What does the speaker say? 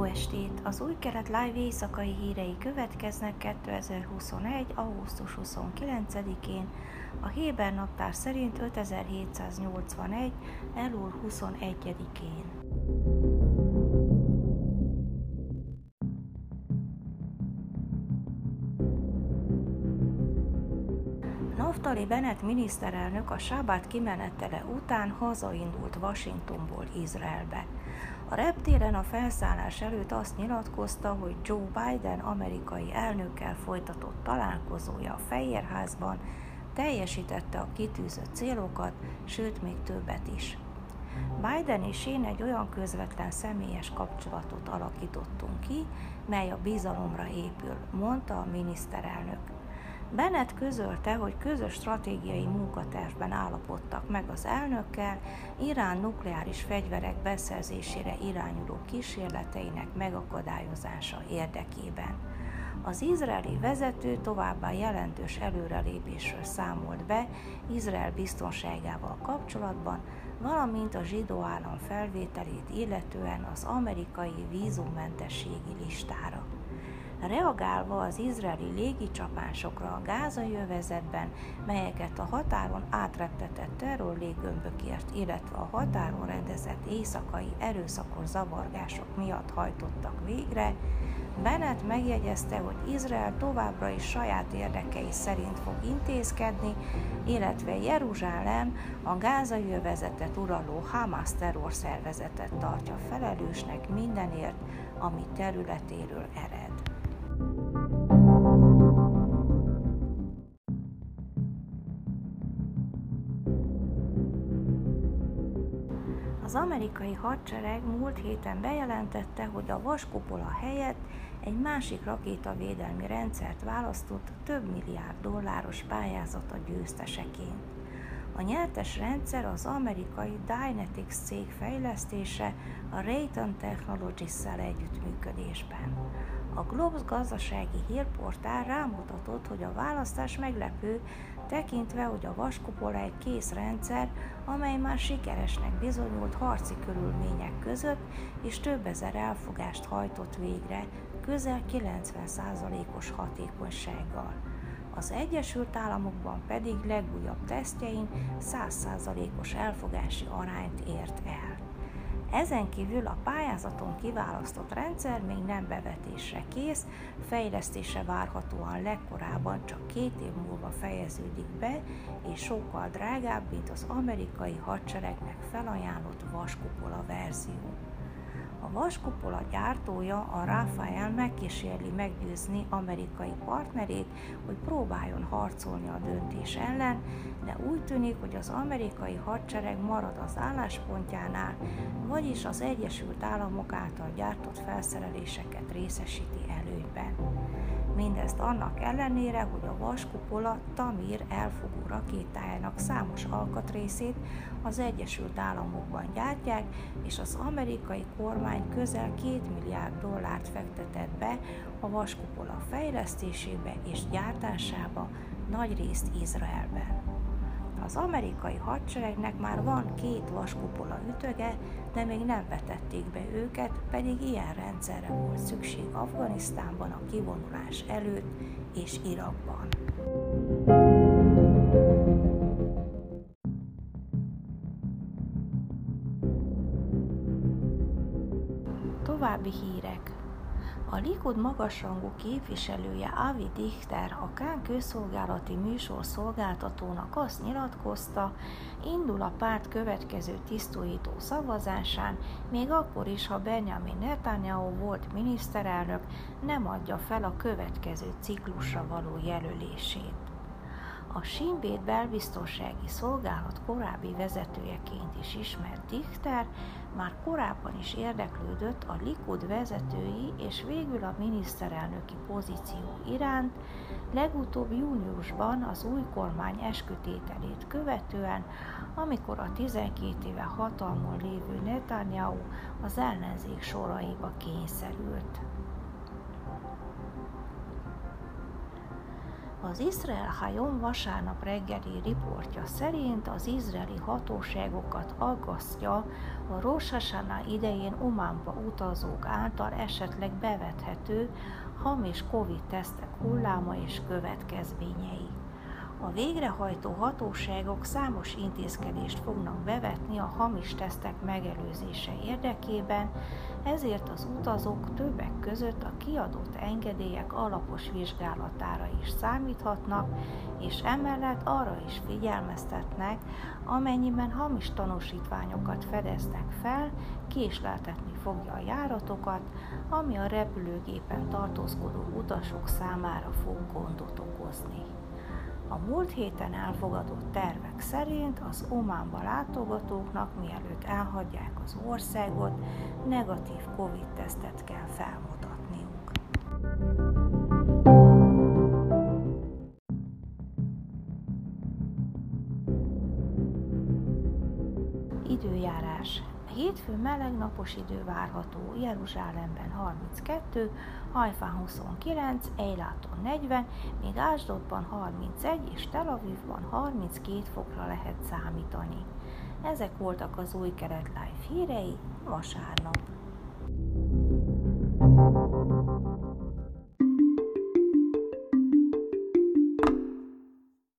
estét! Az Új Kelet Live éjszakai hírei következnek 2021. augusztus 29-én, a héber naptár szerint 5781. elul 21-én. Naftali Bennett miniszterelnök a sábát kimenetele után hazaindult Washingtonból Izraelbe. A reptéren a felszállás előtt azt nyilatkozta, hogy Joe Biden amerikai elnökkel folytatott találkozója a Fehérházban teljesítette a kitűzött célokat, sőt még többet is. Biden és én egy olyan közvetlen személyes kapcsolatot alakítottunk ki, mely a bizalomra épül, mondta a miniszterelnök. Bennett közölte, hogy közös stratégiai munkatervben állapodtak meg az elnökkel Irán nukleáris fegyverek beszerzésére irányuló kísérleteinek megakadályozása érdekében. Az izraeli vezető továbbá jelentős előrelépésről számolt be Izrael biztonságával kapcsolatban, valamint a zsidó állam felvételét illetően az amerikai vízummentességi listára. Reagálva az izraeli légicsapásokra a gázai övezetben, melyeket a határon átreptetett terrorléggömbökért, illetve a határon rendezett éjszakai erőszakos zavargások miatt hajtottak végre, Bennett megjegyezte, hogy Izrael továbbra is saját érdekei szerint fog intézkedni, illetve Jeruzsálem a gázai övezetet uraló Hamas terrorszervezetet tartja felelősnek mindenért, ami területéről ered. Az amerikai hadsereg múlt héten bejelentette, hogy a vaskupola helyett egy másik rakétavédelmi rendszert választott több milliárd dolláros pályázata győzteseként. A nyertes rendszer az amerikai Dynetics cég fejlesztése a Raytheon Technologies-szel együttműködésben. A Globes gazdasági hírportál rámutatott, hogy a választás meglepő, tekintve, hogy a vaskupola egy kész rendszer, amely már sikeresnek bizonyult harci körülmények között, és több ezer elfogást hajtott végre, közel 90%-os hatékonysággal. Az Egyesült Államokban pedig legújabb tesztjein 100%-os elfogási arányt ért el. Ezen kívül a pályázaton kiválasztott rendszer még nem bevetésre kész, fejlesztése várhatóan legkorábban csak 2 év múlva fejeződik be, és sokkal drágább, mint az amerikai hadseregnek felajánlott vaskupola verzió. A vaskupola gyártója, a Rafael megkísérli meggyőzni amerikai partnerét, hogy próbáljon harcolni a döntés ellen, de úgy tűnik, hogy az amerikai hadsereg marad az álláspontjánál, vagyis az Egyesült Államok által gyártott felszereléseket részesíti előnyben. Mindezt annak ellenére, hogy a vaskupola Tamir elfogó rakétájának számos alkatrészét az Egyesült Államokban gyártják, és az amerikai kormány közel 2 milliárd dollárt fektetett be a vaskupola fejlesztésébe és gyártásába, nagyrészt Izraelben. Az amerikai hadseregnek már van 2 vaskupola ütöge, de még nem vetették be őket, pedig ilyen rendszerre volt szükség Afganisztánban a kivonulás előtt és Irakban. További hírek. A Likud magasrangú képviselője Avi Dichter a Kán közszolgálati műsor szolgáltatónak azt nyilatkozta, indul a párt következő tisztújító szavazásán, még akkor is, ha Benjamin Netanyahu volt miniszterelnök, nem adja fel a következő ciklusra való jelölését. A Shin Bet belbiztonsági szolgálat korábbi vezetőjeként is ismert Dichter már korábban is érdeklődött a Likud vezetői és végül a miniszterelnöki pozíció iránt, legutóbb júniusban az új kormány eskütételét követően, amikor a 12 éve hatalmon lévő Netanyahu az ellenzék soraiba kényszerült. Az Izrael Hayom vasárnap reggeli riportja szerint az izraeli hatóságokat aggasztja a Rosh Hashanah idején Ománba utazók által esetleg bevethető hamis Covid-tesztek hulláma és következményei. A végrehajtó hatóságok számos intézkedést fognak bevetni a hamis tesztek megelőzése érdekében, ezért az utazók többek között a kiadott engedélyek alapos vizsgálatára is számíthatnak, és emellett arra is figyelmeztetnek, amennyiben hamis tanúsítványokat fedeznek fel, késleltetni fogja a járatokat, ami a repülőgépen tartózkodó utasok számára fog gondot okozni. A múlt héten elfogadott tervek szerint az Ománba látogatóknak, mielőtt elhagyják az országot, negatív Covid-tesztet kell felmutatniuk. Időjárás. Hétfőn meleg napos idő várható, Jeruzsálemben 32, Hajfán 29, Eiláton 40, míg Ásdodban 31 és Tel Avivban 32 fokra lehet számítani. Ezek voltak az Új Kelet Live hírei vasárnap.